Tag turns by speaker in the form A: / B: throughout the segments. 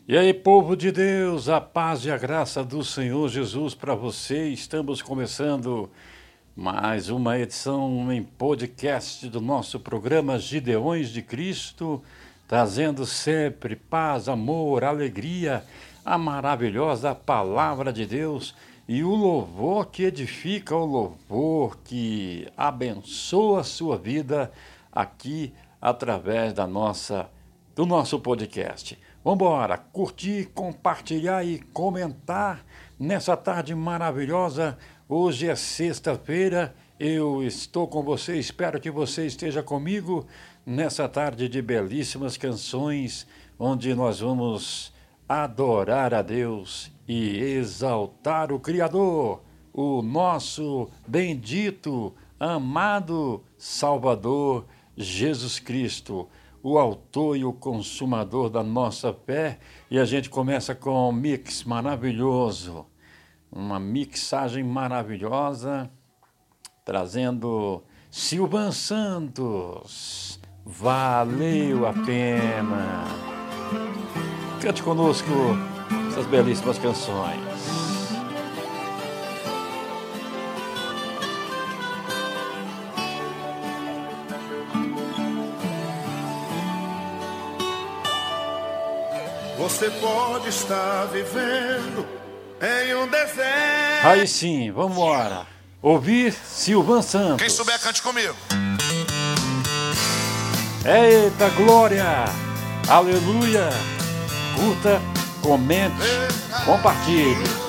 A: E aí, povo de Deus, a paz e a graça do Senhor Jesus para você. Estamos começando mais uma edição em podcast do nosso programa Gideões de Cristo, trazendo sempre paz, amor, alegria, a maravilhosa palavra de Deus e o louvor que edifica, o louvor que abençoa a sua vida aqui através do nosso podcast. Vamos embora, curtir, compartilhar e comentar nessa tarde maravilhosa. Hoje é sexta-feira, eu estou com você, espero que você esteja comigo nessa tarde de belíssimas canções, onde nós vamos adorar a Deus e exaltar o Criador, o nosso bendito, amado Salvador Jesus Cristo, o autor e o consumador da nossa fé. E a gente começa com um mix maravilhoso, uma mixagem maravilhosa, trazendo Silvan Santos, Valeu a Pena. Cante conosco essas belíssimas canções.
B: Você pode estar vivendo em um deserto.
A: Aí sim, vamos embora. Ouvir Silvan Santos.
B: Quem souber, cante comigo.
A: Eita glória! Aleluia! Curta, comente, compartilhe.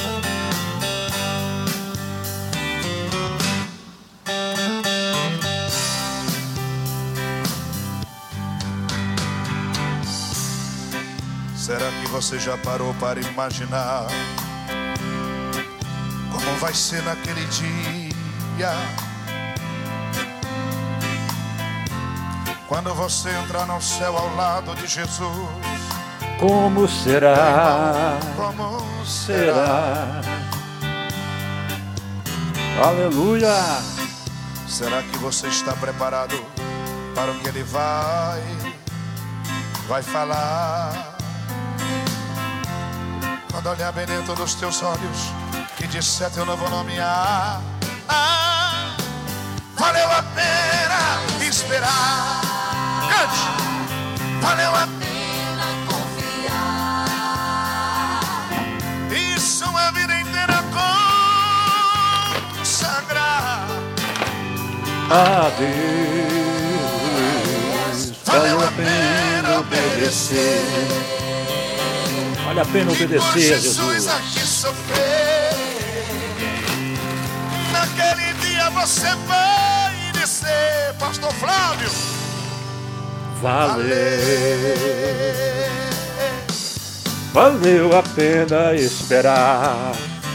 B: Será que você já parou para imaginar como vai ser naquele dia, quando você entrar no céu ao lado de Jesus?
A: Como será?
B: Como
A: Será? Aleluia!
B: Será que você está preparado para o que Ele vai falar? Quando olhar bem dentro dos teus olhos e disser teu novo nome, valeu a pena esperar. Cante! Valeu a pena confiar. Isso uma vida inteira consagrar
A: a Deus.
B: Valeu a pena obedecer.
A: Vale a pena obedecer a Jesus.
B: Aqui sofrer. Naquele dia você vai descer, Pastor Flávio.
A: Valeu a pena esperar.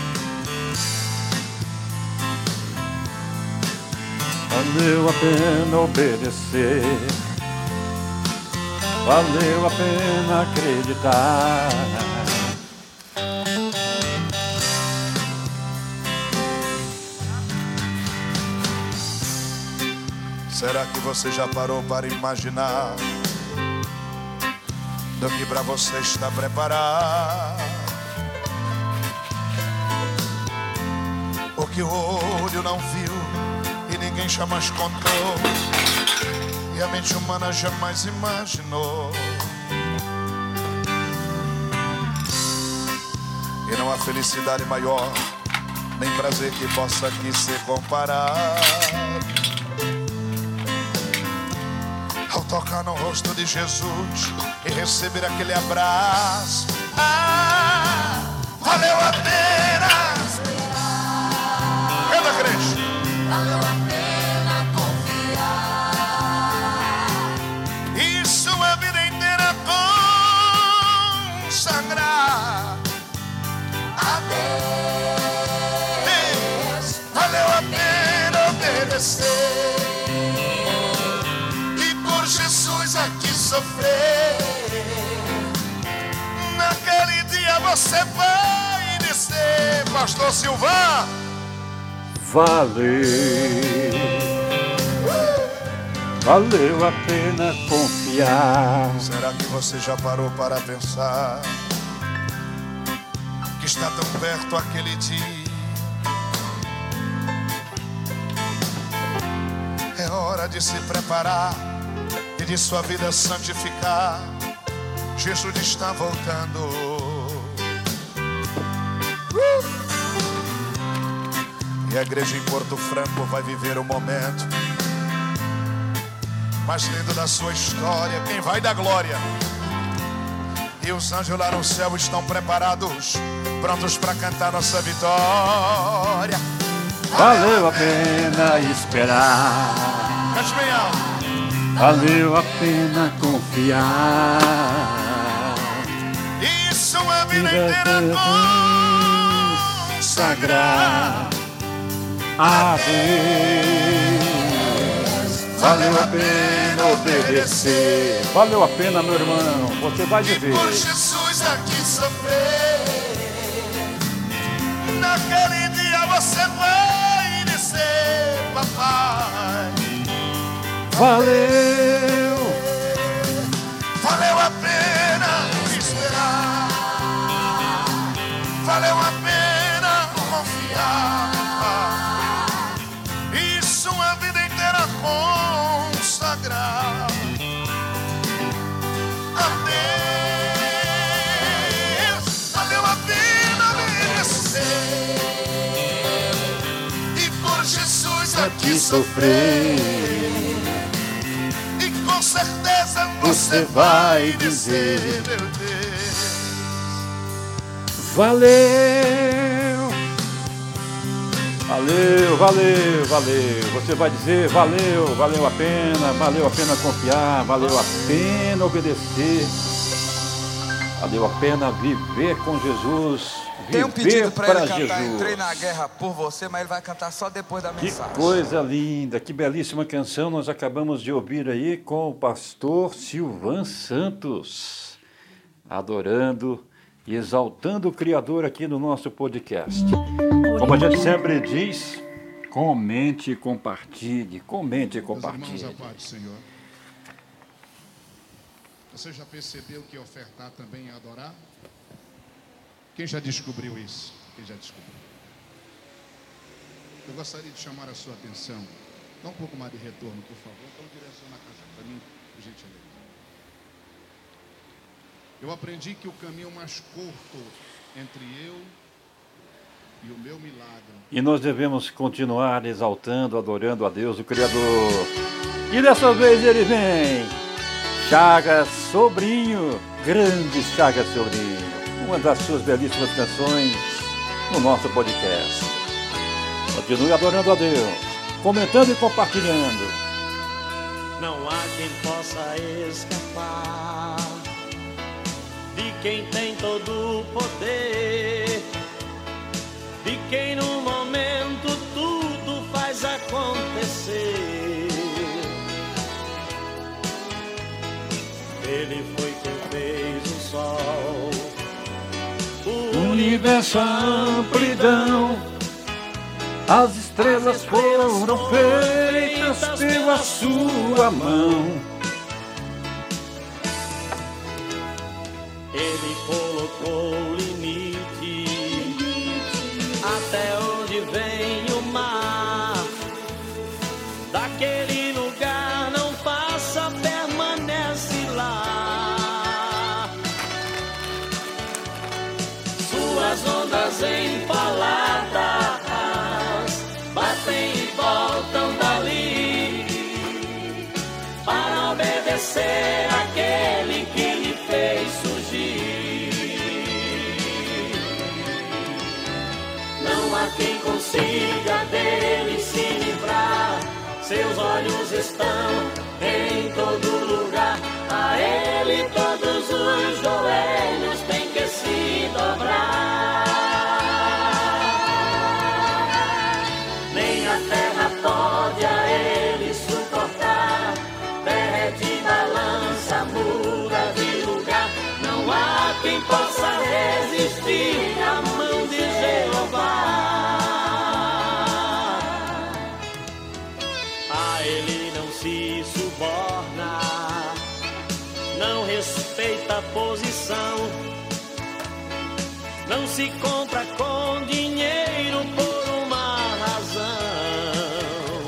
A: Valeu a pena obedecer. Valeu a pena acreditar.
B: Será que você já parou para imaginar do que para você está preparado? O que o olho não viu e ninguém jamais contou, e a mente humana jamais imaginou. E não há felicidade maior, nem prazer que possa aqui ser comparado ao tocar no rosto de Jesus e receber aquele abraço. Valeu a pena. Canta, crente.
C: Valeu a pena confiar.
B: Isso uma vida inteira consagrar
C: A Deus.
B: Valeu a pena obedecer. E por Jesus aqui sofrer. Naquele dia você vai descer, Pastor Silvan.
A: Valeu valeu a pena confiar.
B: Será que você já parou para pensar que está tão perto aquele dia? É hora de se preparar e de sua vida santificar. Jesus está voltando. E a igreja em Porto Franco vai viver o momento mais lindo da sua história. Quem vai dar glória? E os anjos lá no céu estão preparados, prontos para cantar nossa vitória.
A: Valeu a pena esperar,
B: Cante bem alto.
A: valeu a pena confiar.
B: Isso a vida inteira consagrar
A: a Deus. Valeu a pena obedecer. Valeu a pena, meu irmão. Você vai viver.
B: por Jesus aqui sofrer. Naquele dia você vai descer, papai.
A: Valeu.
B: Valeu a pena esperar, valeu a pena confiar, e sua vida inteira consagrar a Deus. Valeu a pena merecer e por Jesus aqui sofrer. Com certeza você vai dizer, meu Deus,
A: Valeu. Valeu, valeu, valeu. Você vai dizer valeu, valeu a pena confiar, valeu a pena obedecer, valeu a pena viver com Jesus.
D: Tem um pedido
A: Viver
D: para ele
A: para
D: cantar,
A: Jesus.
D: Entrei na guerra por você, mas ele vai cantar só depois da
A: Que
D: mensagem.
A: coisa linda, que belíssima canção nós acabamos de ouvir aí com o pastor Silvan Santos, adorando e exaltando o Criador aqui no nosso podcast. Como a gente sempre diz, comente e compartilhe, comente e
B: meus irmãos,
A: compartilhe.
B: a paz do Senhor. Você já percebeu que ofertar também é adorar? Quem já descobriu isso? Quem já descobriu? Eu gostaria de chamar a sua atenção. Dá um pouco mais de retorno, por favor. Então direciona a caixa para mim, por gentileza. Eu aprendi que o caminho mais curto entre eu e o meu milagre
A: E nós devemos continuar exaltando, adorando a Deus, o Criador. E dessa vez ele vem, Chagas Sobrinho, grande Chagas Sobrinho, uma das suas belíssimas canções no nosso podcast. Continue adorando a Deus, comentando e compartilhando.
E: Não há quem possa escapar de quem tem todo o poder, de quem no momento tudo faz acontecer. Ele foi quem fez o sol, o
A: Universo, a amplidão, as estrelas foram feitas pela sua mão.
E: Ele colocou o limite até onde vem o mar. Daquele lugar não passa, permanece lá. Suas ondas empaladas batem e voltam dali para obedecer àquele que lhe fez surgir. Não há quem consiga dele se livrar. Seus olhos estão em todo lugar. A ele todos os joelhos têm que se dobrar. Nem a terra pode a ele suportar. Derrete, balança, muda de lugar. Não há quem possa resistir à mão de Jeová. A ele não se perfeita posição. Não se compra com dinheiro por uma razão.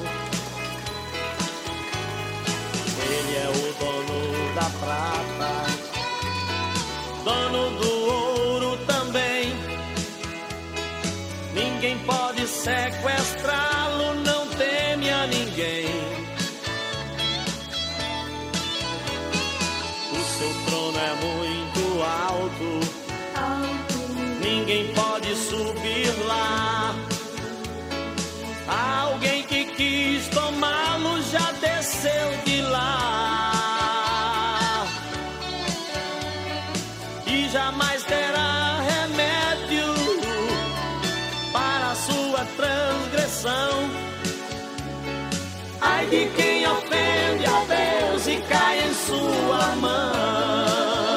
E: Ele é o dono da prata, dono do ouro também. Ninguém pode sequestrá-lo, não teme a ninguém. O seu trono é muito alto, ninguém pode subir lá. Alguém que quis tomá-lo já desceu de lá. E jamais terá remédio para a sua transgressão. Ai de quem ofende a Deus e cai em sua mão.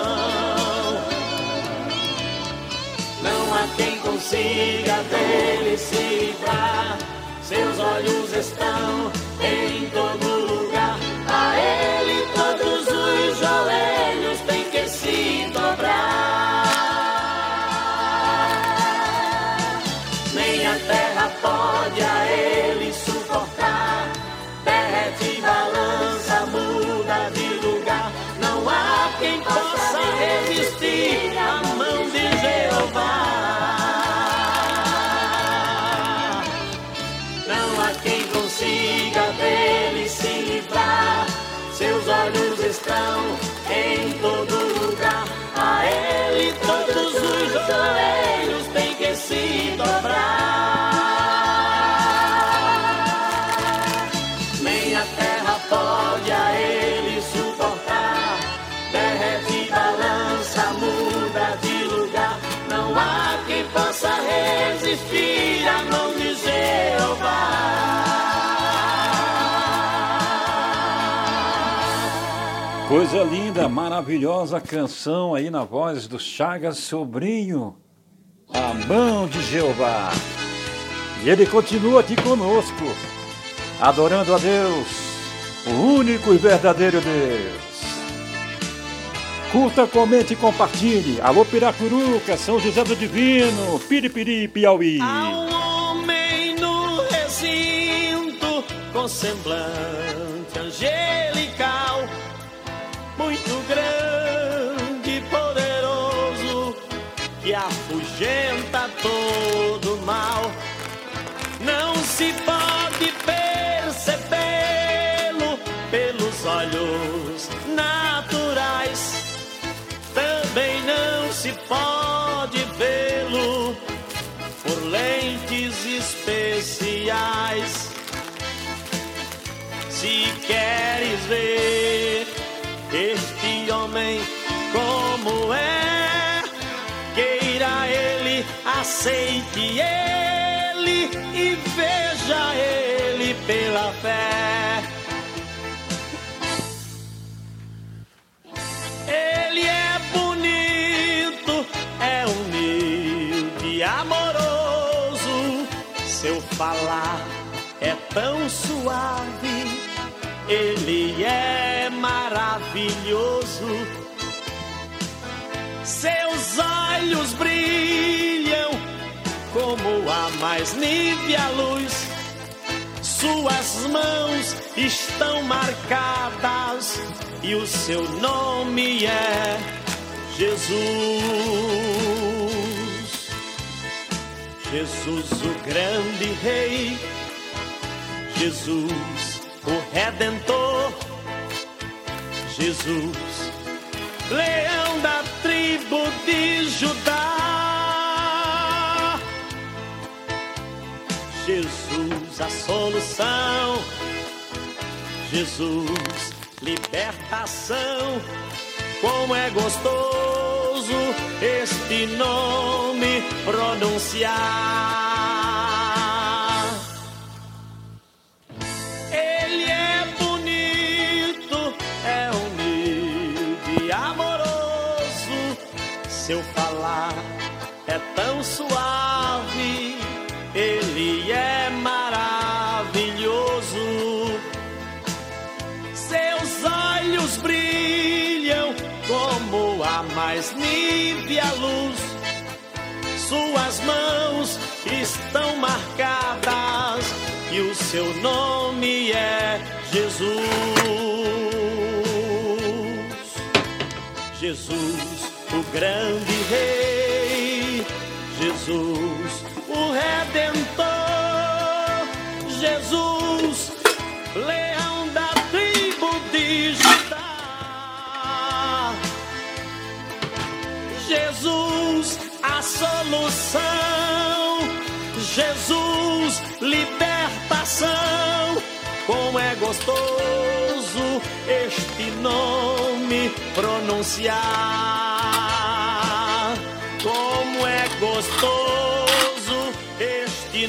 E: Não há quem consiga dele se livrar. Seus olhos estão em todo lugar. A ele todos os joelhos têm que se dobrar. Nem a terra pode a ele suportar. Derrete e balança, muda de lugar. Não há quem possa resistir à mão de Jeová. Não há quem consiga dele se livrar. Seus olhos estão em todo lugar. A ele todos os joelhos têm que se dobrar. Nem a terra pode a ele suportar. Derrete e balança, muda de lugar. Não há quem possa resistir à mão de Jeová.
A: Coisa linda, maravilhosa canção aí na voz do Chagas Sobrinho, A Mão de Jeová. E ele continua aqui conosco, adorando a Deus, o único e verdadeiro Deus. Curta, comente e compartilhe. Alô Piracuruca, São José do Divino, Piripiri, Piauí.
E: Há um homem no recinto com semblante angelical, muito grande e poderoso, que afugenta todo mal. Não se pode percebê-lo pelos olhos naturais. Também não se pode vê-lo por lentes especiais. Se queres ver este homem como é, queira ele, aceite ele e veja ele pela fé. Ele é bonito, é humilde, amoroso. Seu falar é tão suave. Ele é maravilhoso. Seus olhos brilham como a mais nívea luz. Suas mãos estão marcadas e o seu nome é Jesus. Jesus, o grande Rei. Jesus, o Redentor. Jesus, leão da tribo de Judá. Jesus, a solução. Jesus, libertação. Como é gostoso este nome pronunciar. Ele é bonito, é humilde, amoroso. Seu falar é tão suave. Ele é maravilhoso. Seus olhos brilham como a mais nívea luz. Suas mãos estão marcadas e o seu nome é Jesus. Jesus, o grande Rei. Jesus, o Redentor. Jesus, leão da tribo de Judá. Jesus, a solução. Jesus, libertação. Como é gostoso este nome pronunciar. Como é gostoso este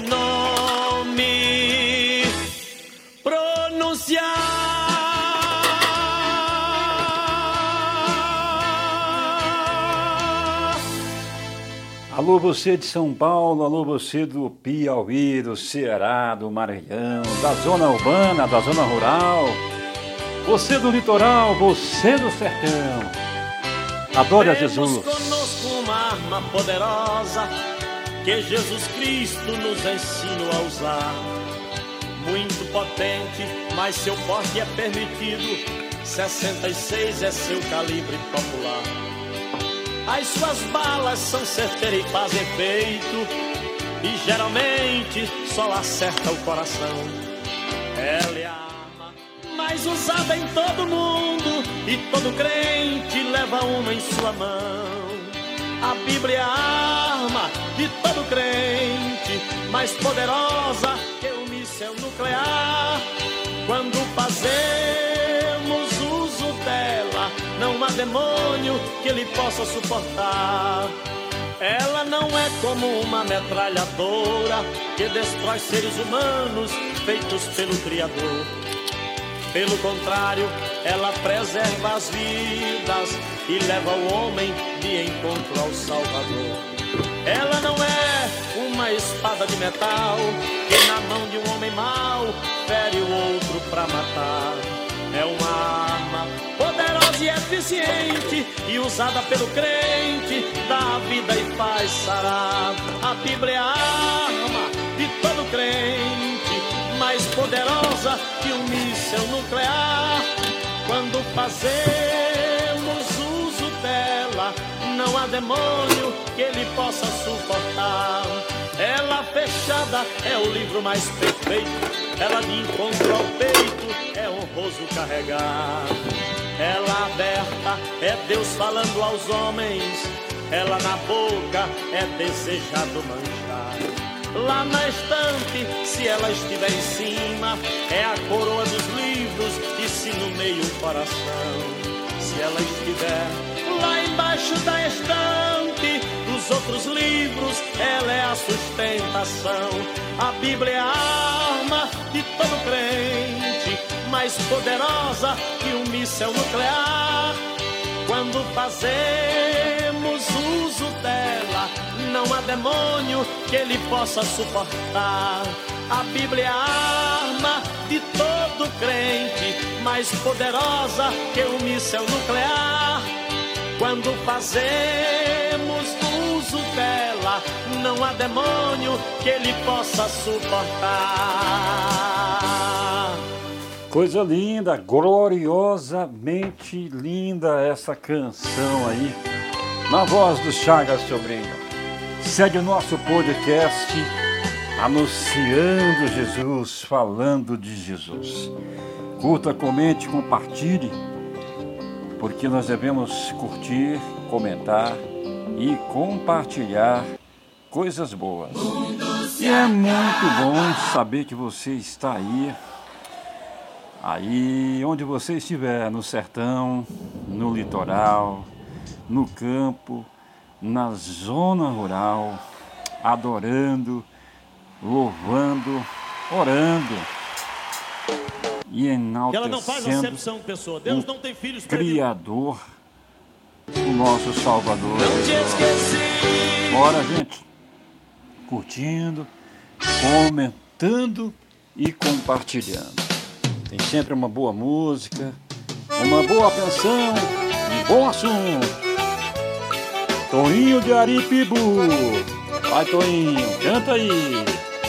E: nome pronunciar.
A: Alô, você de São Paulo, alô, você do Piauí, do Ceará, do Maranhão, da zona urbana, da zona rural, você do litoral, você do sertão. Adore a Jesus.
E: Temos conosco uma arma poderosa que Jesus Cristo nos ensinou a usar. Muito potente, mas seu porte é permitido. 66 é seu calibre popular. As suas balas são certeiras e fazem efeito, e geralmente só acerta o coração. Ela é a arma mais usada em todo mundo, e todo crente leva uma em sua mão. A Bíblia é a arma de todo crente, mais poderosa que um míssil nuclear. Quando fazemos uso dela, não há demônio que ele possa suportar. Ela não é como uma metralhadora que destrói seres humanos feitos pelo Criador. Pelo contrário, ela preserva as vidas e leva o homem de encontro ao Salvador. Ela não é uma espada de metal que na mão de um homem mau fere o outro pra matar. É uma arma poderosa e eficiente, e usada pelo crente, dá vida e faz sarar. A Bíblia é a arma de todo crente, mais poderosa que um míssil nuclear. Quando fazemos uso dela, não há demônio que ele possa suportar. Ela fechada é o livro mais perfeito, ela de encontro ao peito é honroso carregar. Ela aberta é Deus falando aos homens, ela na boca é desejado manjar. Lá na estante, se ela estiver em cima, é a coroa dos livros e se no meio o coração. Se ela estiver lá embaixo da estante dos outros livros, ela é a sustentação. A Bíblia é a arma de todo crente, mais poderosa que um míssil nuclear. Quando fazemos uso dela, não há demônio que ele possa suportar. A Bíblia é a arma de todo crente, mais poderosa que um míssil nuclear. Quando fazemos uso dela, não há demônio que ele possa suportar.
A: Coisa linda, gloriosamente linda essa canção aí, na voz do Chagas Sobrinho. Segue o nosso podcast anunciando Jesus, falando de Jesus. Curta, comente, compartilhe, porque nós devemos curtir, comentar e compartilhar coisas boas. E é muito bom saber que você está aí onde você estiver, no sertão, no litoral, no campo, na zona rural, adorando, louvando, orando e enaltecendo
E: ela não faz acepção de pessoa. Deus não tem filhos
A: Criador, o nosso Salvador.
E: Não te esqueci.
A: Bora, gente, curtindo, comentando e compartilhando. Tem sempre uma boa música, uma boa canção, um bom assunto. Toinho de Aripibu. Vai, Toinho, canta aí.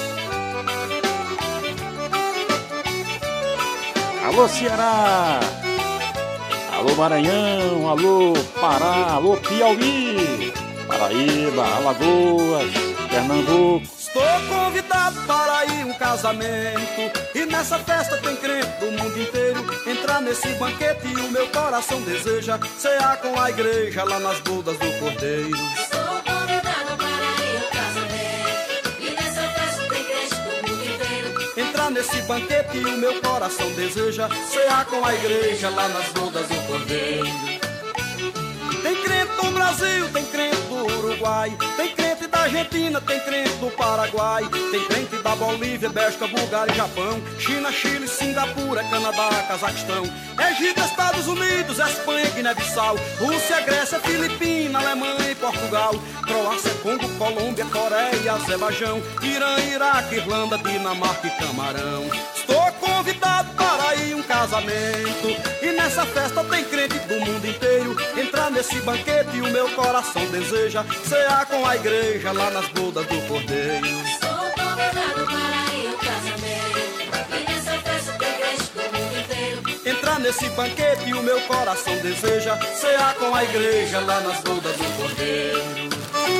A: Alô, Ceará. Alô, Maranhão. Alô, Pará. Alô, Piauí. Paraíba, Alagoas, Pernambuco.
F: Estou convidado para ir a um casamento, e nessa festa tem crente do mundo inteiro. Entrar nesse banquete e o meu coração deseja cear com a igreja lá nas bodas do Cordeiro.
C: Estou convidado para ir ao casamento, e nessa festa tem crente do mundo inteiro.
F: Entrar nesse banquete e o meu coração deseja cear com a igreja lá nas bodas do Cordeiro. Tem crente do Brasil, tem crente do Uruguai, tem crente da Argentina, tem crente do Paraguai, tem crente da Bolívia, Bélgica, Bulgária e Japão, China, Chile, Singapura, Canadá, Cazaquistão, Egito, Estados Unidos, Espanha, Guiné-Bissau, Rússia, Grécia, Filipina, Alemanha e Portugal, Croácia, Congo, Colômbia, Coreia e Azerbaijão, Irã, Iraque, Irlanda, Dinamarca e Camarão. Estou convidado para ir a um casamento, e nessa festa tem crente do mundo inteiro. Entrar nesse banquete e o meu coração deseja cear com a igreja lá nas bodas do Cordeiro.
C: Estou convidado para ir ao casamento, e nessa festa tem crente do mundo inteiro.
F: Entrar nesse banquete e o meu coração deseja cear com a igreja lá nas bodas do Cordeiro.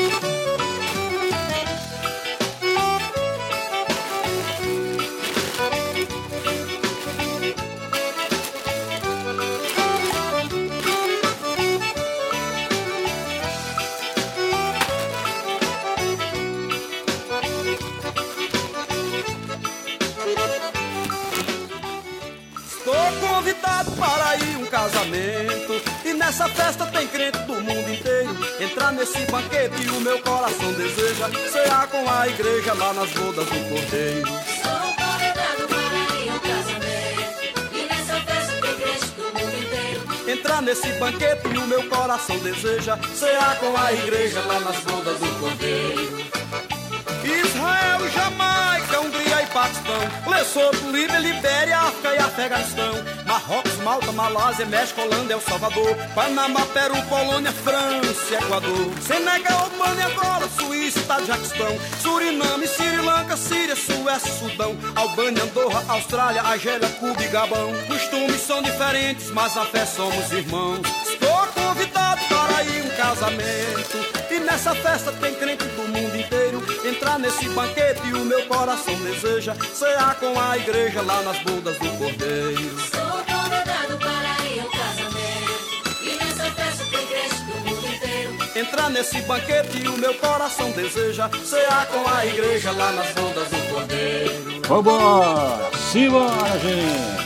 F: Para ir um casamento, e nessa festa tem crente do mundo inteiro. Entrar nesse banquete e o meu coração deseja cear com a igreja lá nas bodas do Cordeiro.
C: Estou convidado para ir ao casamento, e nessa festa tem crente do mundo inteiro.
F: Entrar nesse banquete e o meu coração deseja cear com a igreja lá nas bodas do Cordeiro. Israel, Jamaica, Hungria e Paquistão, Lesoto, Líbia, Libéria, África e Afeganistão, Marrocos, Malta, Malásia, México, Holanda, El Salvador, Panamá, Peru, Polônia, França, Equador, Senegal, Albânia, Angola, Suíça, Tajiquistão, Suriname, Sri Lanka, Síria, Suécia, Sudão, Albânia, Andorra, Austrália, Argélia, Cuba e Gabão. Costumes são diferentes, mas na fé somos irmãos. Estou convidado para ir a um casamento, e nessa festa tem crente do mundo inteiro. Entrar nesse banquete e o meu coração deseja cear com a igreja lá nas bodas do Cordeiro.
C: Estou convidado para ir ao casamento, e nessa festa tem crente do mundo inteiro.
F: Entrar nesse banquete e o meu coração deseja cear com a igreja lá nas bodas do Cordeiro.
A: Vambora! Simbora, gente!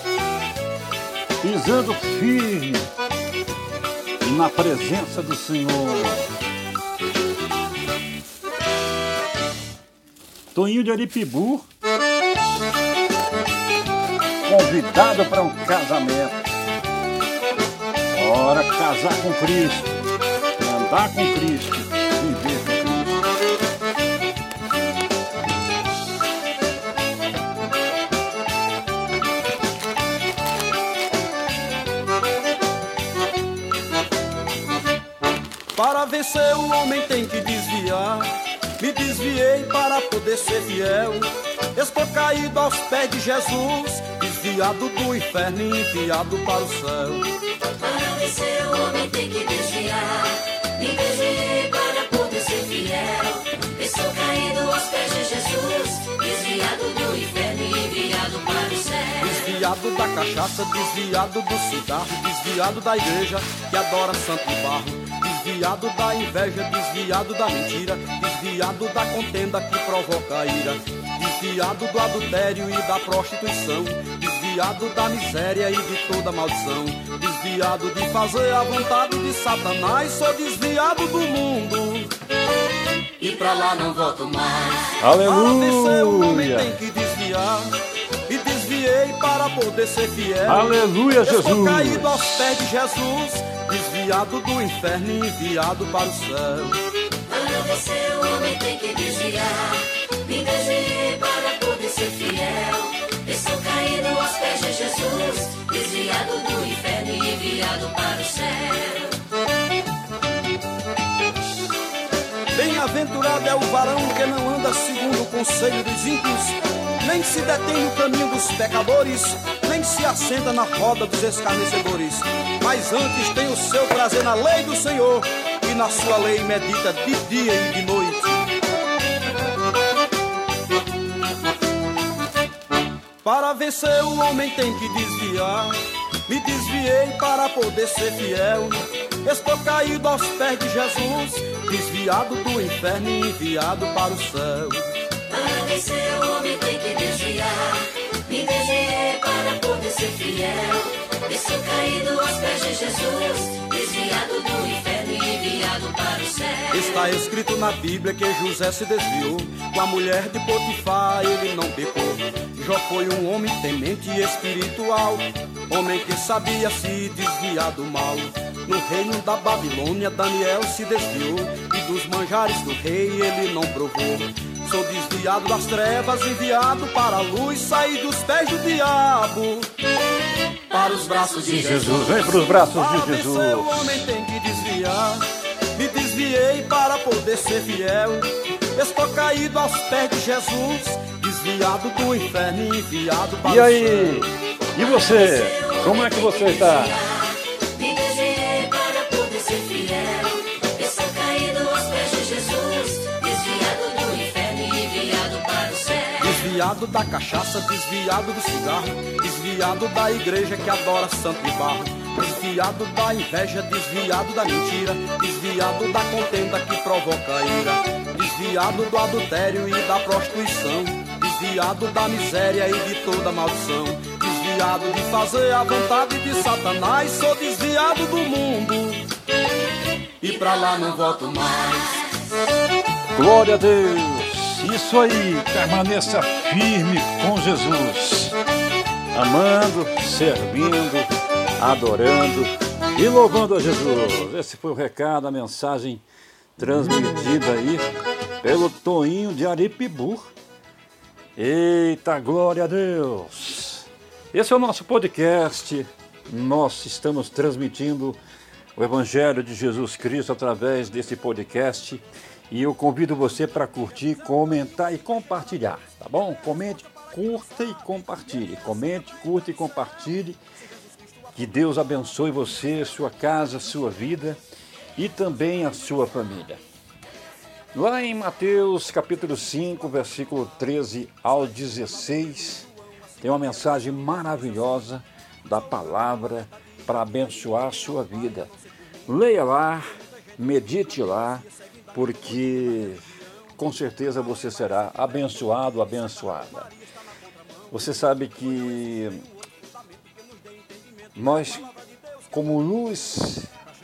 A: Pisando firme na presença do Senhor. Toinho de Aripibu, convidado para um casamento. Bora casar com Cristo, andar com Cristo, viver com
F: Cristo. Para vencer o homem tem que desviar. Me desviei para poder ser fiel. Estou caído aos pés de Jesus, desviado do inferno e enviado para o céu.
C: Para vencer o homem tem que desviar. Me desviei para poder ser fiel. Estou caído aos pés de Jesus, desviado do inferno e enviado para o céu.
F: Desviado da cachaça, desviado do cigarro, desviado da igreja que adora santo e barro. Desviado da inveja, desviado da mentira, desviado da contenda que provoca ira, desviado do adultério e da prostituição, desviado da miséria e de toda maldição, desviado de fazer a vontade de Satanás, sou desviado do mundo e pra lá não volto mais.
A: Aleluia!
F: Para vencer o homem tem que desviar, e desviei para poder ser fiel.
A: Aleluia, Jesus!
F: Estou caído aos pés de Jesus, desviado do inferno e enviado para o céu.
C: Para vencer o homem tem que desviar. Me desviei para poder ser fiel. Estou caído aos pés de Jesus, desviado do inferno e enviado para o céu.
F: Bem-aventurado é o varão que não anda segundo o conselho dos ímpios, nem se detém no caminho dos pecadores, nem se assenta na roda dos escarnecedores, mas antes tem o seu prazer na lei do Senhor, e na sua lei medita de dia e de noite. Para vencer o homem tem que desviar. Me desviei para poder ser fiel. Estou caído aos pés de Jesus, desviado do inferno e enviado para o céu.
C: Para vencer o homem tem que desviar. Me desviei para poder ser fiel. Estou caído aos pés de Jesus, desviado do inferno e enviado para o céu.
F: Está escrito na Bíblia que José se desviou. Com a mulher de Potifar ele não pecou. Jó foi um homem temente e espiritual, homem que sabia se desviar do mal. No reino da Babilônia Daniel se desviou, e dos manjares do rei ele não provou. Sou desviado das trevas, enviado para a luz, saí dos pés do diabo para os braços de Jesus.
A: Vem para os braços de Jesus.
F: Para vencer o homem tem que desviar. Me desviei para poder ser fiel. Estou caído aos pés de Jesus, desviado do inferno e enviado para o céu.
A: E aí? E você? Como é que você está?
C: Me desviei para poder ser fiel. Estou caído aos pés de Jesus, desviado do inferno e enviado para o céu.
F: Desviado da cachaça, desviado do cigarro, desviado da igreja que adora santo e barro, desviado da inveja, desviado da mentira, desviado da contenda que provoca ira, desviado do adultério e da prostituição, desviado da miséria e de toda maldição, desviado de fazer a vontade de Satanás. Sou desviado do mundo e pra lá não volto mais.
A: Glória a Deus! Isso aí, permaneça firme com Jesus, amando, servindo, adorando e louvando a Jesus. Esse foi o recado, a mensagem transmitida aí pelo Toinho de Aripibu. Eita, glória a Deus! Esse é o nosso podcast. Nós estamos transmitindo o Evangelho de Jesus Cristo através desse podcast. E eu convido você para curtir, comentar e compartilhar, tá bom? Comente, curta e compartilhe. Comente, curta e compartilhe. Que Deus abençoe você, sua casa, sua vida e também a sua família. Lá em Mateus capítulo 5, versículo 13 ao 16, tem uma mensagem maravilhosa da palavra para abençoar a sua vida. Leia lá, medite lá, porque com certeza você será abençoado, abençoada. Você sabe que nós, como luz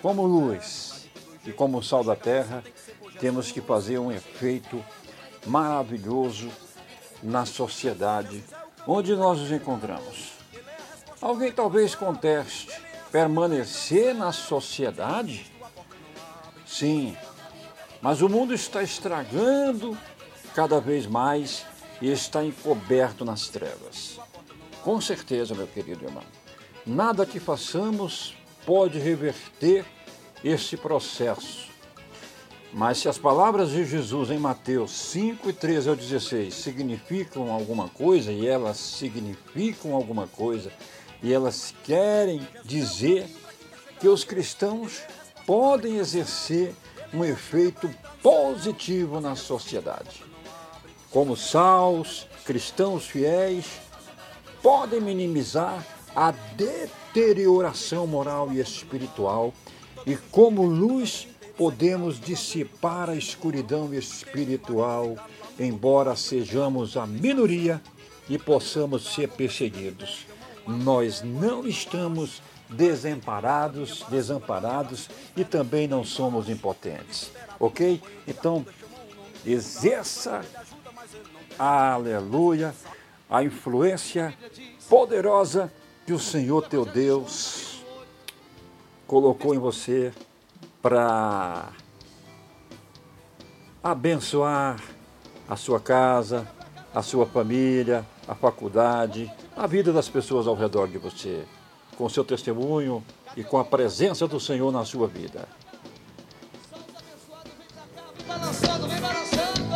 A: e como sal da terra, temos que fazer um efeito maravilhoso na sociedade onde nós nos encontramos. Alguém talvez conteste, permanecer na sociedade? Sim, mas o mundo está estragando cada vez mais e está encoberto nas trevas. Com certeza, meu querido irmão, nada que façamos pode reverter esse processo. Mas se as palavras de Jesus em Mateus 5, 13 ao 16 significam alguma coisa, e elas significam alguma coisa, e elas querem dizer que os cristãos podem exercer um efeito positivo na sociedade. Como sals, cristãos fiéis podem minimizar a deterioração moral e espiritual, e como luz podemos dissipar a escuridão espiritual, embora sejamos a minoria e possamos ser perseguidos. Nós não estamos desamparados e também não somos impotentes, ok? Então, exerça, aleluia, a influência poderosa que o Senhor teu Deus colocou em você para abençoar a sua casa, a sua família, a faculdade, a vida das pessoas ao redor de você, com o seu testemunho e com a presença do Senhor na sua vida.
G: balançando, vem balançando.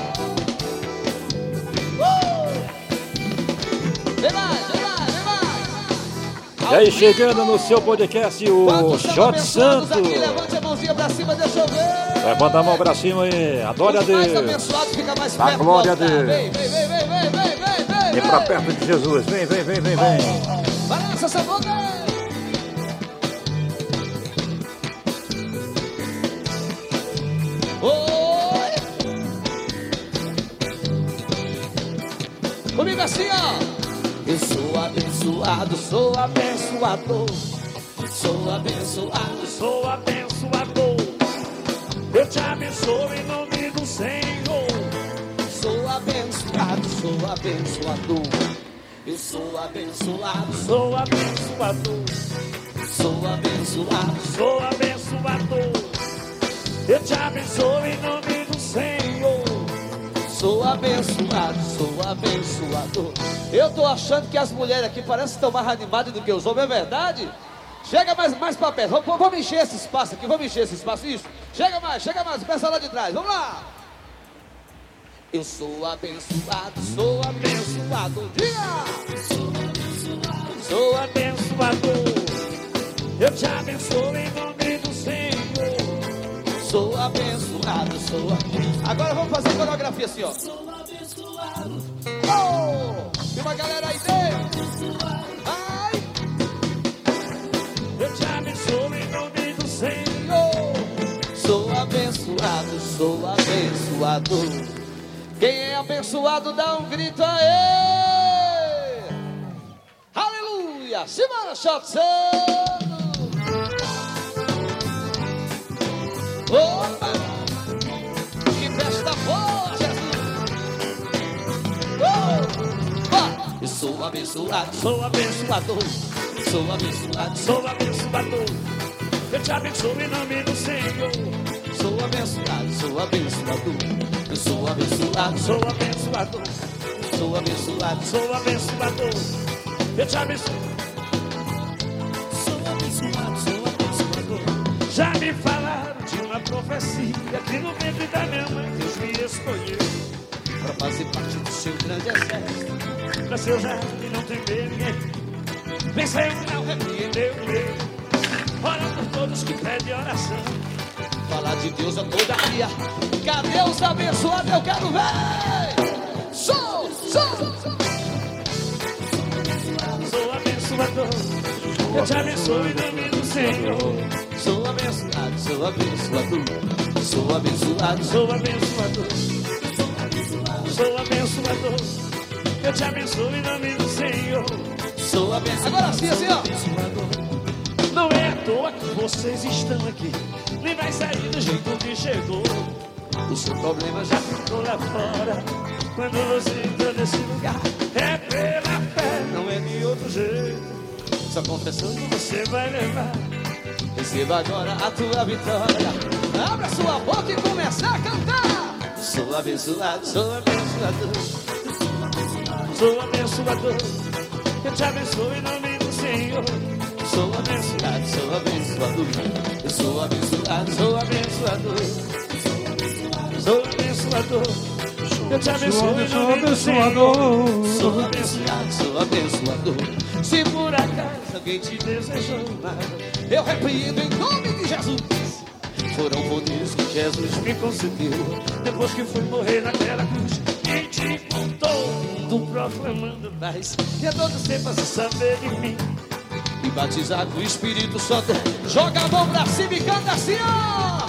G: Vem mais, vem mais, vem mais.
A: E aí, chegando no seu podcast, o J Santos.
G: Aqui, levante a mãozinha pra cima, deixa eu ver.
A: Vai botar a mão pra cima aí, adore a
G: Os mais
A: Deus.
G: abençoados fica mais
A: Dá
G: perto do
A: glória a
G: altar.
A: Deus.
G: Vem, vem, vem, vem, vem, vem, vem.
A: Vem pra perto de Jesus, vem, vem, vem, vem, vem.
G: Balança essa boca. Oi. Comigo assim, ó. Eu sou abençoado, sou abençoador. Sou abençoado,
E: Sou abençoador. Eu te abençoo em nome do Senhor.
G: sou abençoado, sou abençoador. Eu sou abençoado,
E: Sou abençoador.
G: sou abençoado.
E: Sou abençoador. Eu te abençoo em nome do Senhor.
G: Sou abençoado, sou abençoador. Eu tô achando que as mulheres aqui parecem que estão mais animadas do que os homens, é verdade? Chega mais pra perto, vamos encher esse espaço aqui, vamos encher esse espaço, isso. Chega mais, começa lá de trás, vamos lá. Eu sou abençoado, sou abençoado. Diga!
E: Sou abençoador. Eu te abençoo em nome do Senhor.
G: Sou abençoado, sou abençoado. Agora vamos fazer a coreografia assim, ó.
E: Sou abençoado.
G: Oh! Tem uma galera aí dentro. Ai!
E: Eu te abençoo em nome do Senhor.
G: Sou abençoado, sou abençoado. Quem é abençoado dá um grito aí. Aleluia! Simbora, Shot Santo! Opa! Que festa boa, Jesus! Vai! Eu sou abençoado,
E: Sou abençoador.
G: sou abençoado,
E: Sou abençoador. Eu te abençoo em nome do Senhor.
G: sou abençoado, sou abençoador. Eu sou abençoado,
E: Sou abençoador.
G: sou abençoado,
E: Sou abençoador. Eu te abençoo.
G: sou abençoado, sou abençoador.
E: Já me falaram de uma profecia que no ventre da minha mãe Deus me escolheu.
G: Pra fazer parte do seu grande exército.
E: Pra seu jardim e não temer ninguém. Venceu, não repreendeu ninguém. Ora por todos que pedem oração.
G: Falar de Deus a toda dia. Cadê os abençoados? Eu quero ver! Sou!
E: Sou abençoador. Eu te abençoo em nome do Senhor.
G: Sou abençoado, sou abençoador. Sou abençoado,
E: Sou abençoador. Sou abençoador. Eu te abençoo em nome do Senhor.
G: sou abençoado. Agora sim, assim, ó.
E: Não é à toa que vocês estão aqui. Nem vai sair do jeito que chegou.
G: O seu problema já
E: Ficou lá fora. Quando você entrou nesse lugar, é pela fé, não é de outro jeito.
G: só confessando.
E: Você vai levar.
G: Receba agora a tua vitória. Abra sua boca e começa a cantar. Sou abençoado, sou abençoador.
E: Sou abençoador. Eu te abençoo em nome do Senhor.
G: Sou abençoado, sou abençoador. Eu sou abençoado,
E: Sou abençoador. Sou abençoador. Eu te abençoo em nome do Senhor.
G: sou abençoado, sou abençoador.
E: Se por acaso alguém te desejou mal,
G: Eu repreendo em nome de Jesus.
E: foram poderes que Jesus me concedeu. Depois que fui morrer naquela cruz, quem te contou? Tu proclamando paz, que a todos tempo se saber de mim.
G: E batizar com o Espírito Santo. Joga a mão pra cima e canta assim, ó.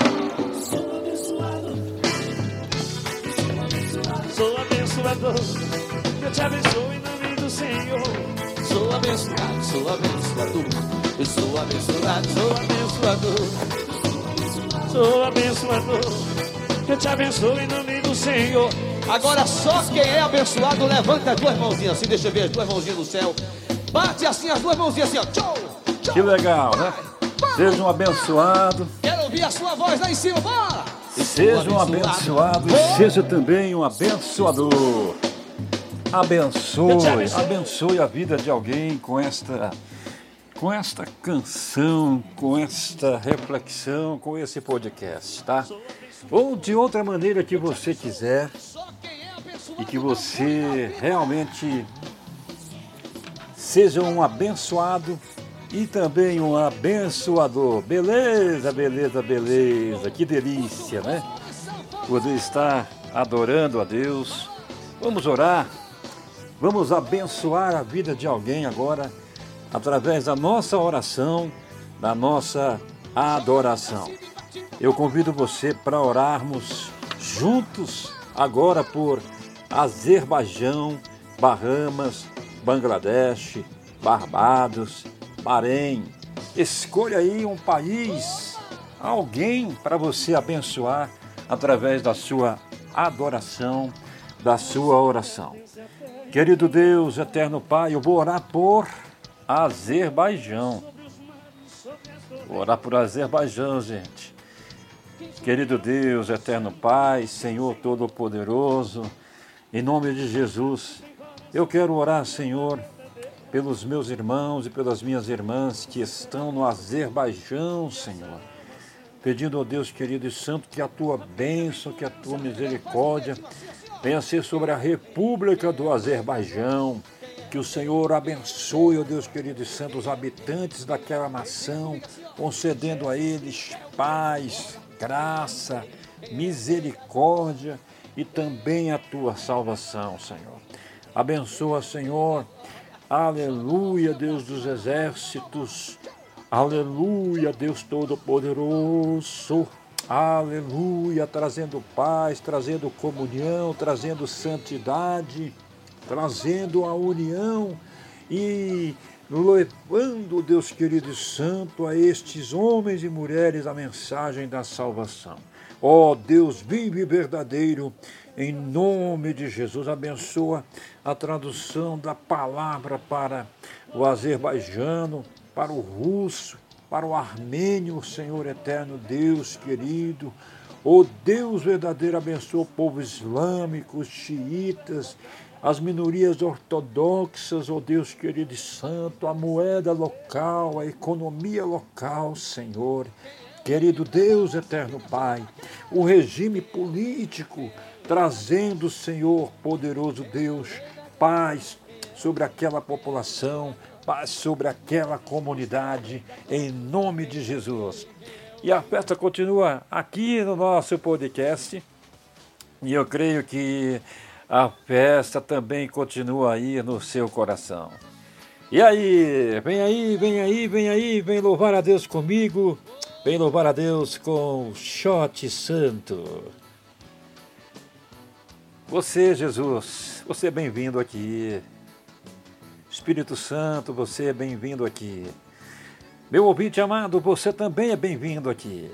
E: Sou abençoador. Eu te abençoo em nome do Senhor.
G: Sou abençoado, sou abençoador. Eu sou abençoado, sou abençoador.
E: Sou abençoador. Eu te abençoo em nome do Senhor.
G: Agora só quem é abençoado, levanta as duas mãozinhas assim, deixa eu ver as duas mãozinhas no céu. Bate assim as duas mãozinhas assim, ó. Tchau, tchau.
A: Que legal, né? Seja um abençoado.
G: Quero ouvir a sua voz lá em cima, bora!
A: Seja um abençoado e seja também um abençoador. Abençoe a vida de alguém com esta com esta canção, com esta reflexão, com esse podcast, tá? Ou de outra maneira que você quiser e que você realmente seja um abençoado e também um abençoador. Beleza, beleza, beleza. Que delícia, né? Poder estar adorando a Deus. Vamos orar. Vamos abençoar a vida de alguém agora através da nossa oração, da nossa adoração. Eu convido você para orarmos juntos agora por Azerbaijão, Bahamas, Bangladesh, Barbados, Bahrein. Escolha aí um país, alguém para você abençoar através da sua adoração, da sua oração. Querido Deus, eterno Pai, eu vou orar por Azerbaijão. Vou orar por Azerbaijão, gente. Querido Deus, eterno Pai, Senhor Todo-Poderoso, em nome de Jesus, eu quero orar, Senhor, pelos meus irmãos e pelas minhas irmãs que estão no Azerbaijão, Senhor. Pedindo ao Deus querido e santo que a tua bênção, que a tua misericórdia venha ser sobre a República do Azerbaijão. Que o Senhor abençoe, ó Deus querido e santo, os habitantes daquela nação, concedendo a eles paz, graça, misericórdia e também a tua salvação, Senhor. Abençoa, Senhor. Aleluia, Deus dos exércitos. Aleluia, Deus Todo-Poderoso. Aleluia, trazendo paz, trazendo comunhão, trazendo santidade, trazendo a união e levando, Deus querido e santo, a estes homens e mulheres a mensagem da salvação. Ó Deus vivo e verdadeiro, em nome de Jesus, abençoa a tradução da palavra para o azerbaijano, para o russo, para o armênio, Senhor eterno, Deus querido. Ó Deus verdadeiro, abençoa o povo islâmico, os xiitas, as minorias ortodoxas, ó Deus querido e santo, a moeda local, a economia local, Senhor. Querido Deus, eterno Pai, o regime político, trazendo, Senhor, poderoso Deus, paz sobre aquela população, paz sobre aquela comunidade, em nome de Jesus. E a festa continua aqui no nosso podcast, e eu creio que a festa também continua aí no seu coração. E aí, vem aí, vem aí, vem aí, vem louvar a Deus comigo, vem louvar a Deus com o Shot Santo. Você, Jesus, você é bem-vindo aqui. Espírito Santo, você é bem-vindo aqui. Meu ouvinte amado, você também é bem-vindo aqui.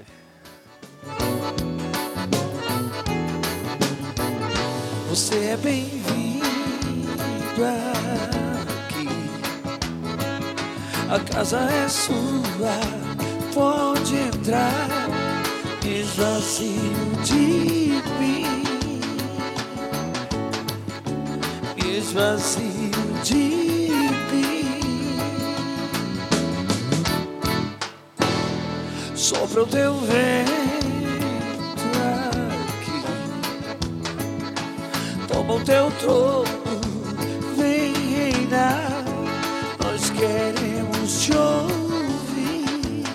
F: Você é bem-vindo aqui. A casa é sua, pode entrar, esvazio de mim, esvazio de mim. Sopra o teu vento aqui, toma o teu trono, vem reinar. Nós queremos te ouvir,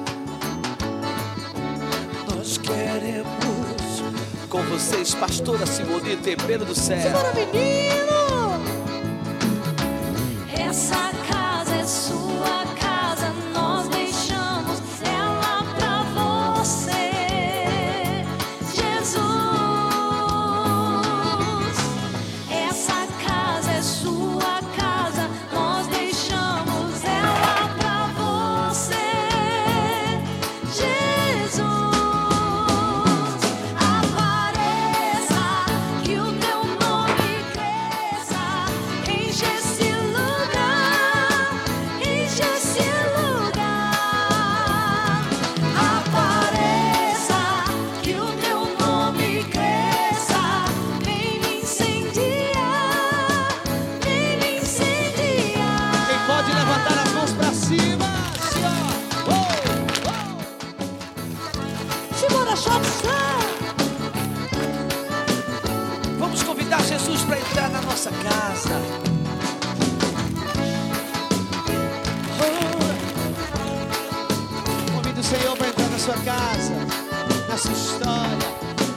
F: nós queremos. Com vocês, pastora Simone, tempero do céu.
C: Segura, menino! Essa casa é sua casa, nós deixamos ela pra você, Jesus. Essa casa é sua casa, nós deixamos ela pra você, Jesus. Apareça, que o teu nome cresça.
G: Vamos convidar Jesus para entrar na nossa casa. Convide o Senhor para entrar na sua casa, na sua história.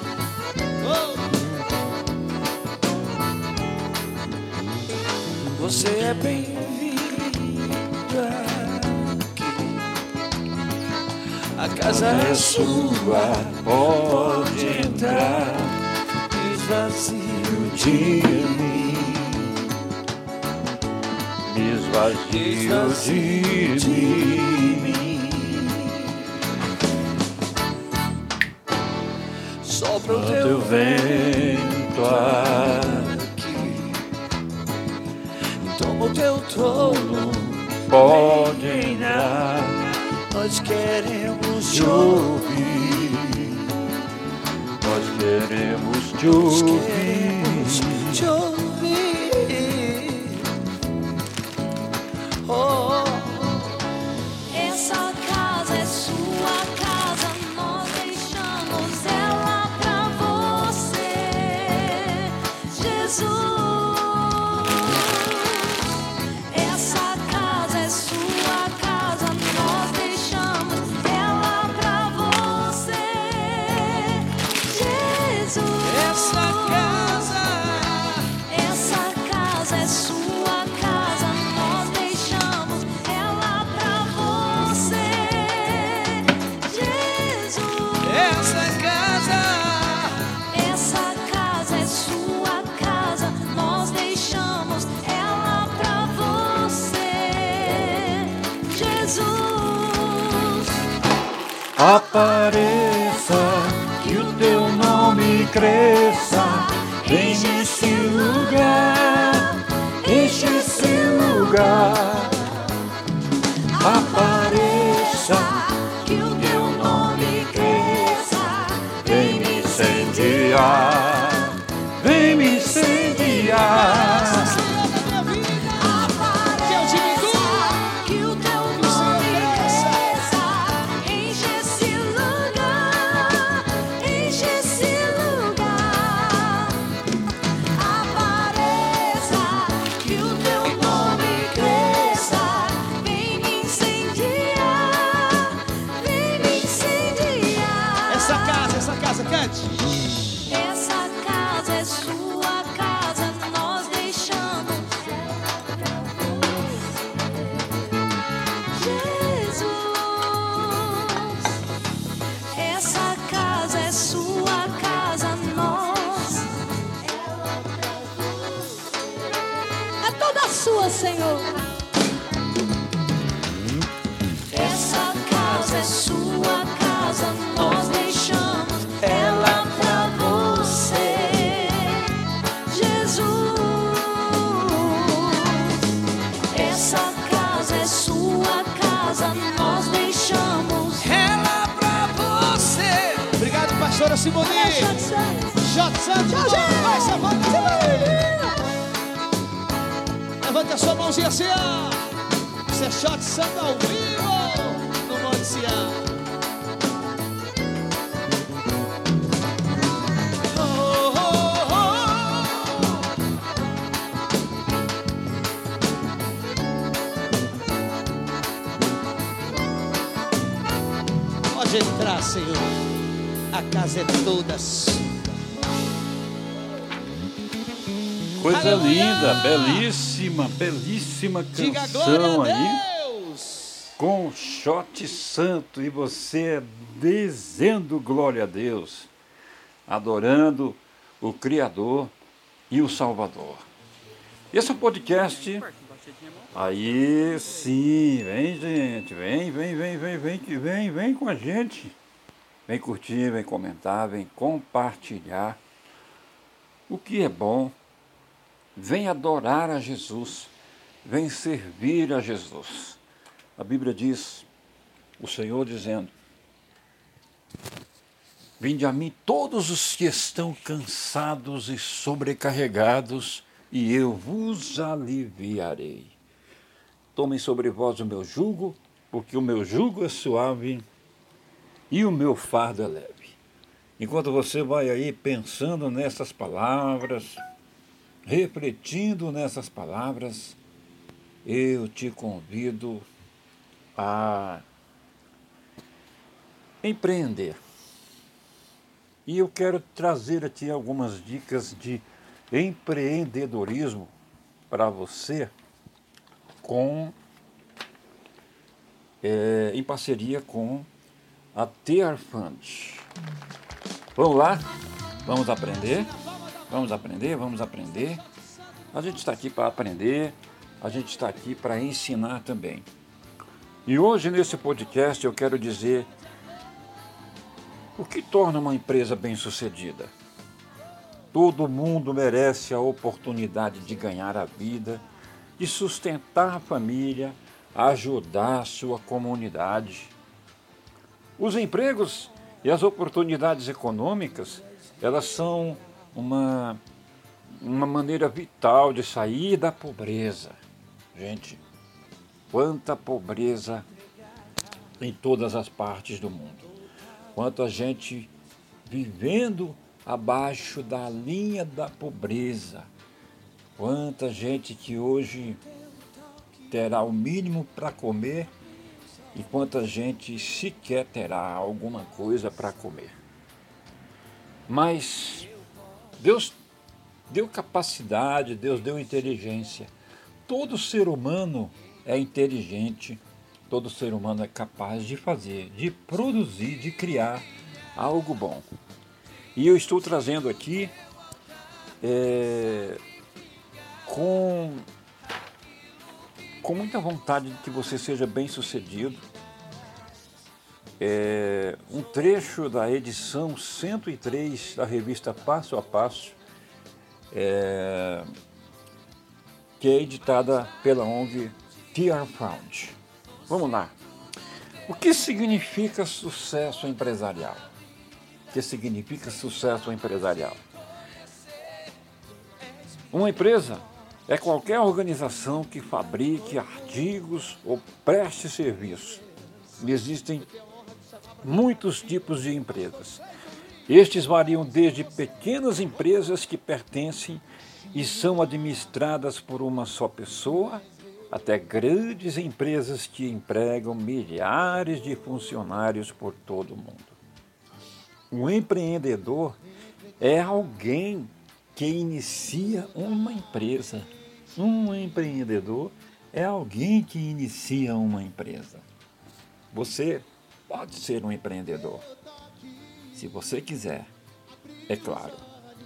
G: Você é bem-vindo aqui. A casa é sua, pode entrar. Esvazio de mim,
A: Me esvazio de mim.
G: sopra o
A: Teu
G: teu
A: vento
G: aqui. Toma o teu trono,
A: pode entrar.
G: nós queremos
A: Te
G: te
A: ouvir. Nós queremos te ouvir.
G: te ouvir. Oh,
C: Essa casa é sua casa, nós deixamos ela pra você, Jesus. Essa casa é sua casa, nós deixamos ela pra você, Jesus.
G: essa casa.
C: Essa casa é sua casa, nós deixamos ela pra você, Jesus.
G: Essa casa.
C: Essa casa é sua casa, nós deixamos ela pra você, Jesus.
A: Apareça, que o teu nome cresça. Vem nesse lugar, enche esse lugar. Apareça,
C: Que o teu nome cresça,
A: vem me incendiar. Vem me incendiar.
C: que o teu nome cresça, enche esse lugar, enche esse lugar. Apareça, que o teu nome cresça, vem me incendiar, vem me incendiar.
G: Essa casa, cante.
C: Essa casa é sua casa, nós deixamos Jesus. Essa casa é sua casa, nós é toda sua, Senhor. Essa casa é sua casa, nós deixamos ela pra você, Jesus. Essa casa é sua casa, nós deixamos
G: Ela pra você. Obrigado, pastora Simone. J. Santos. Vai, Savana. Levante a sua mãozinha assim, ó. Isso é J. Santos ao vivo no Monte Sião. Oh, oh, oh. Pode entrar, Senhor. A casa é toda sua.
A: Coisa
G: Aleluia!
A: linda, belíssima, belíssima
G: Diga glória
A: canção
G: a
A: aí.
G: Deus.
A: Com shot santo, e você dizendo glória a Deus, adorando o Criador e o Salvador. Esse é o podcast. Aí sim, vem gente, vem com a gente. Vem curtir, vem comentar, vem compartilhar o que é bom. Vem adorar a Jesus, vem servir a Jesus. A Bíblia diz, o Senhor dizendo: vinde a mim todos os que estão cansados e sobrecarregados, e eu vos aliviarei. Tomem sobre vós o meu jugo, porque o meu jugo é suave e o meu fardo é leve. enquanto você vai aí pensando nessas palavras, refletindo nessas palavras, eu te convido a empreender. E eu quero trazer aqui algumas dicas de empreendedorismo para você em parceria com a Tear Fund. Vamos lá? Vamos aprender? Vamos aprender? Vamos aprender? A gente está aqui para aprender, a gente está aqui para ensinar também. E hoje nesse podcast eu quero dizer o que torna uma empresa bem-sucedida. Todo mundo merece a oportunidade de ganhar a vida, de sustentar a família, ajudar a sua comunidade. Os empregos e as oportunidades econômicas, elas são uma maneira vital de sair da pobreza. Gente, quanta pobreza em todas as partes do mundo. Quanta gente vivendo abaixo da linha da pobreza. Quanta gente que hoje terá o mínimo para comer e quanta gente sequer terá alguma coisa para comer. Mas Deus deu capacidade, Deus deu inteligência. Todo ser humano é inteligente, todo ser humano é capaz de fazer, de produzir, de criar algo bom. E eu estou trazendo aqui com muita vontade de que você seja bem-sucedido, um trecho da edição 103 da revista Passo a Passo, que é editada pela ONG Tear Fund. Vamos lá. O que significa sucesso empresarial? O que significa sucesso empresarial? Uma empresa é qualquer organização que fabrique artigos ou preste serviço. Existem muitos tipos de empresas. Estes variam desde pequenas empresas que pertencem e são administradas por uma só pessoa, até grandes empresas que empregam milhares de funcionários por todo o mundo. Um empreendedor é alguém que inicia uma empresa. Um empreendedor é alguém que inicia uma empresa. Você pode ser um empreendedor, se você quiser, é claro.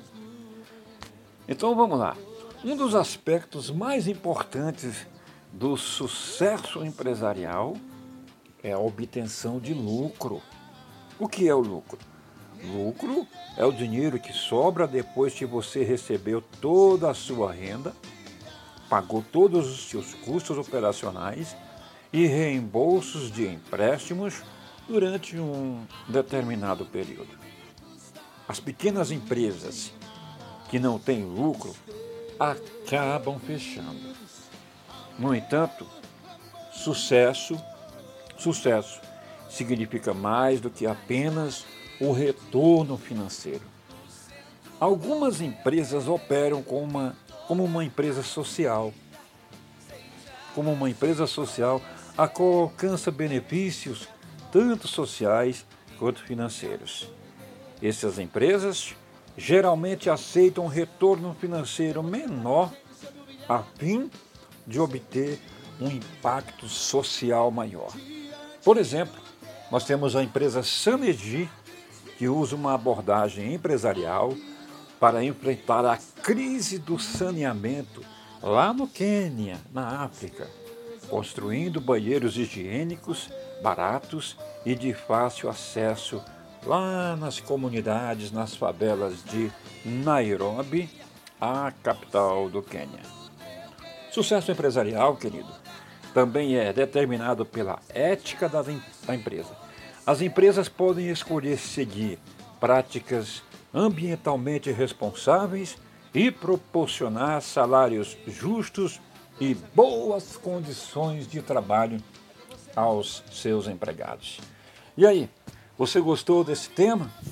A: Então vamos lá. Um dos aspectos mais importantes do sucesso empresarial é a obtenção de lucro. O que é o lucro? Lucro é o dinheiro que sobra depois que você recebeu toda a sua renda, pagou todos os seus custos operacionais e reembolsos de empréstimos durante um determinado período. As pequenas empresas que não têm lucro acabam fechando. No entanto, sucesso significa mais do que apenas o retorno financeiro. Algumas empresas operam como uma empresa social. Como uma empresa social, a qual alcança benefícios tanto sociais quanto financeiros. Essas empresas geralmente aceitam um retorno financeiro menor a fim de obter um impacto social maior. Por exemplo, nós temos a empresa Sanergy, que usa uma abordagem empresarial para enfrentar a crise do saneamento lá no Quênia, na África, construindo banheiros higiênicos, baratos e de fácil acesso lá nas comunidades, nas favelas de Nairobi, a capital do Quênia. Sucesso empresarial, querido, também é determinado pela ética da empresa. As empresas podem escolher seguir práticas ambientalmente responsáveis e proporcionar salários justos e boas condições de trabalho aos seus empregados. E aí, você gostou desse tema?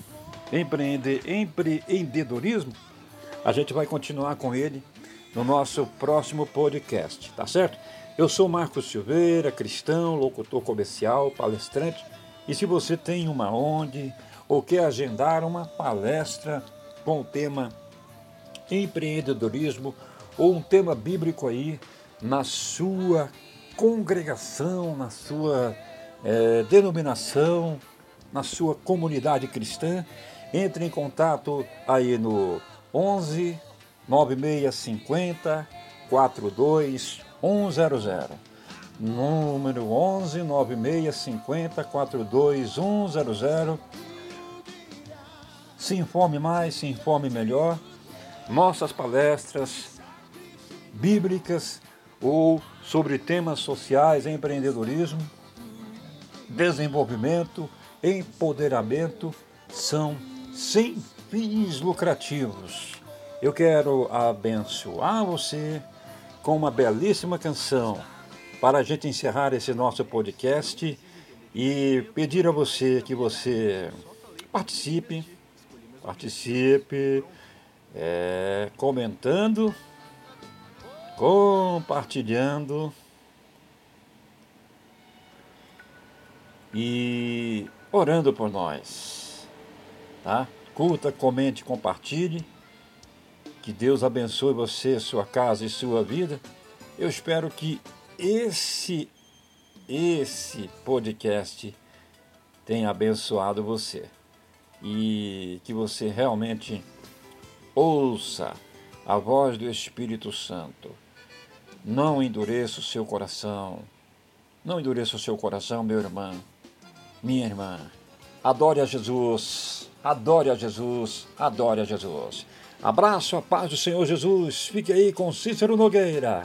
A: empreendedorismo, a gente vai continuar com ele no nosso próximo podcast, tá certo? Eu sou Marcos Silveira, cristão, locutor comercial, palestrante, e se você tem uma ONG ou quer agendar uma palestra com o tema empreendedorismo ou um tema bíblico aí na sua congregação, na sua denominação, na sua comunidade cristã, entre em contato aí no 11 9650 42100. Número 11 9650 42100. Se informe mais, se informe melhor. Nossas palestras bíblicas ou sobre temas sociais, empreendedorismo, desenvolvimento, empoderamento são sem fins lucrativos. Eu quero abençoar você com uma belíssima canção para a gente encerrar esse nosso podcast e pedir a você que você participe, comentando, compartilhando e orando por nós, tá? Curta, comente, compartilhe. Que Deus abençoe você, sua casa e sua vida. Eu espero que esse podcast tenha abençoado você e que você realmente ouça a voz do Espírito Santo. Não endureça o seu coração. Não endureça o seu coração, meu irmão, minha irmã. Adore a Jesus. Adore a Jesus. Adore a Jesus. Abraço, a paz do Senhor Jesus. Fique aí com Cícero Nogueira.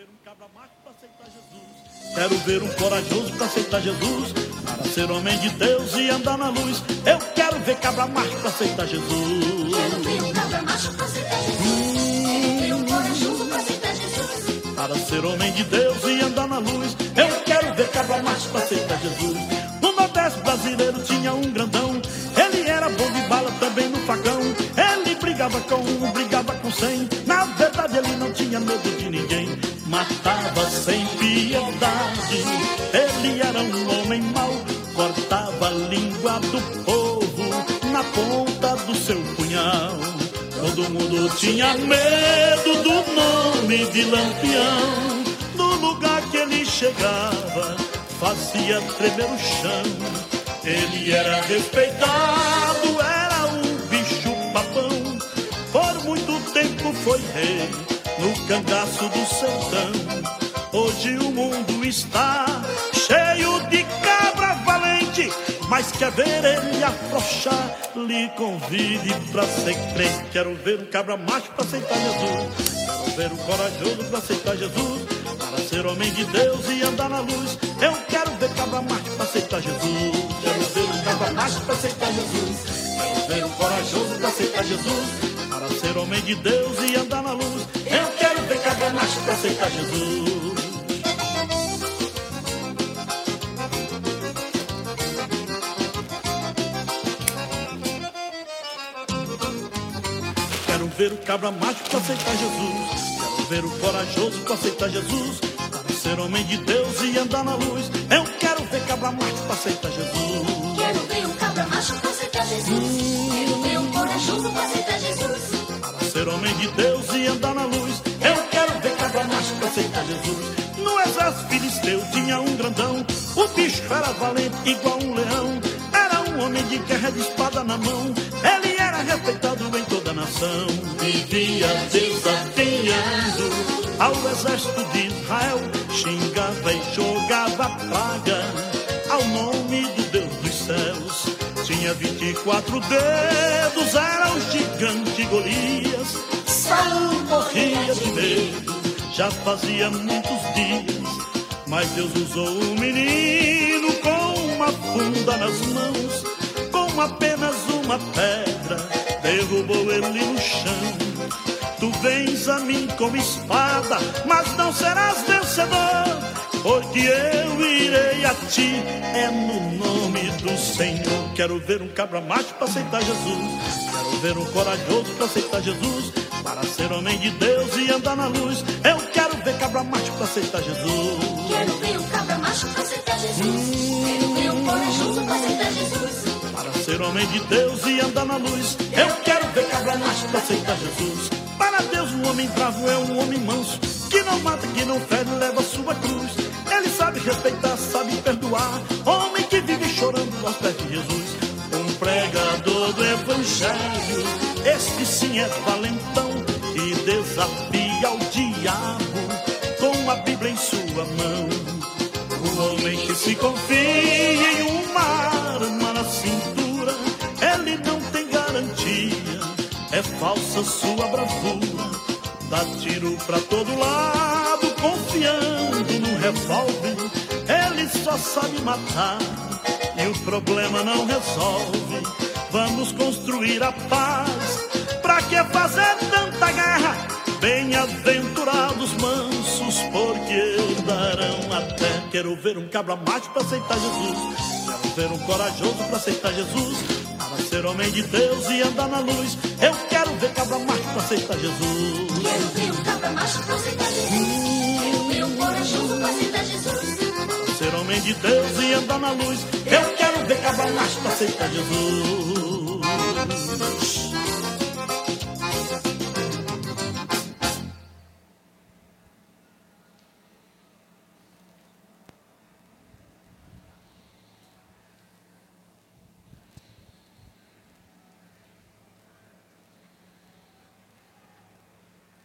H: Quero ver um corajoso para aceitar Jesus, para ser homem de Deus e andar na luz. Eu quero ver cabra macho para aceitar Jesus.
C: Quero ver um cabra macho pra aceitar Jesus. Quero ver um corajoso pra aceitar Jesus.
H: Para ser homem de Deus e andar na luz. Eu quero ver cabra macho para aceitar Jesus. No Nordeste brasileiro tinha um grandão. Ele era bom de bala também no facão. Ele brigava com um, brigava com 100. Na verdade ele não tinha medo de ninguém. Matava sem piedade. Ele era um homem mau. Cortava a língua do povo na ponta do seu punhal. Todo mundo tinha medo do nome de Lampião. No lugar que ele chegava fazia tremer o chão. Ele era respeitado, era um bicho papão. Por muito tempo foi rei no cangaço do sertão. Hoje o mundo está cheio de cabra valente, mas quer ver ele afrouxar, lhe convide pra ser crente. Quero ver um cabra macho pra aceitar Jesus. Quero ver um corajoso pra aceitar Jesus, para ser homem de Deus e andar na luz. Eu quero ver cabra macho pra aceitar Jesus. Quero ver um cabra macho pra aceitar Jesus. Quero ver um corajoso pra aceitar Jesus, para ser homem de Deus e andar na luz. Eu quero ver cabra macho pra aceitar Jesus. Quero ver o cabra macho pra aceitar Jesus. Quero ver o corajoso pra aceitar Jesus, para ser homem de Deus e andar na luz. Eu quero ver cabra macho pra aceitar Jesus.
C: Quero ver um cabra macho pra aceitar Jesus. Quero ver um corajoso pra aceitar Jesus.
H: Para ser homem de Deus e andar na luz. Eu quero ver cabra macho pra aceitar Jesus. No exército filisteu tinha um grandão. O bicho era valente igual um leão. Era um homem de guerra de espada na mão. Ele era respeitado em toda a nação. Vivia desafiando ao exército de Israel. Xingava e jogava praga ao nome do Deus dos céus. Tinha 24 dedos, era o gigante Golias. Saul morria de medo, já fazia muitos dias. Mas Deus usou o menino com uma funda nas mãos. Com apenas uma pedra, derrubou ele no chão. Tu vens a mim com espada, mas não serás vencedor, porque eu irei a ti, é no nome do Senhor. Quero ver um cabra macho para aceitar Jesus, quero ver um corajoso para aceitar Jesus, para ser homem de Deus e andar na luz. Eu quero ver cabra macho para aceitar Jesus.
C: Quero ver um cabra macho para aceitar Jesus. Quero ver um corajoso para aceitar Jesus.
H: Para ser homem de Deus e andar na luz. Eu quero ver cabra macho para aceitar Jesus. Para Deus um homem bravo é um homem manso, que não mata, que não fere, leva sua cruz. Ele sabe respeitar, sabe perdoar, homem que vive chorando aos pés de Jesus. Um pregador do evangelho, este sim é valentão, e desafia o diabo com a Bíblia em sua mão. O homem que se confia em uma arma na cintura, ele não tem garantia, é falsa sua bravura. Dá tiro pra todo lado, confiando no revólver, ele só sabe matar e o problema não resolve. Vamos construir a paz, pra que fazer tanta guerra? Bem-aventurados mansos, porque herdarão a terra. Quero ver um cabra macho pra aceitar Jesus, quero ver um corajoso pra aceitar Jesus, para ser homem de Deus e andar na luz. Eu quero ver cabra macho pra aceitar Jesus.
C: Quero ver um cabra macho pra aceitar Jesus. Quero ver um corajoso pra aceitar Jesus.
H: Para ser homem de Deus e andar na luz. Eu quero ver cabra macho pra aceitar Jesus.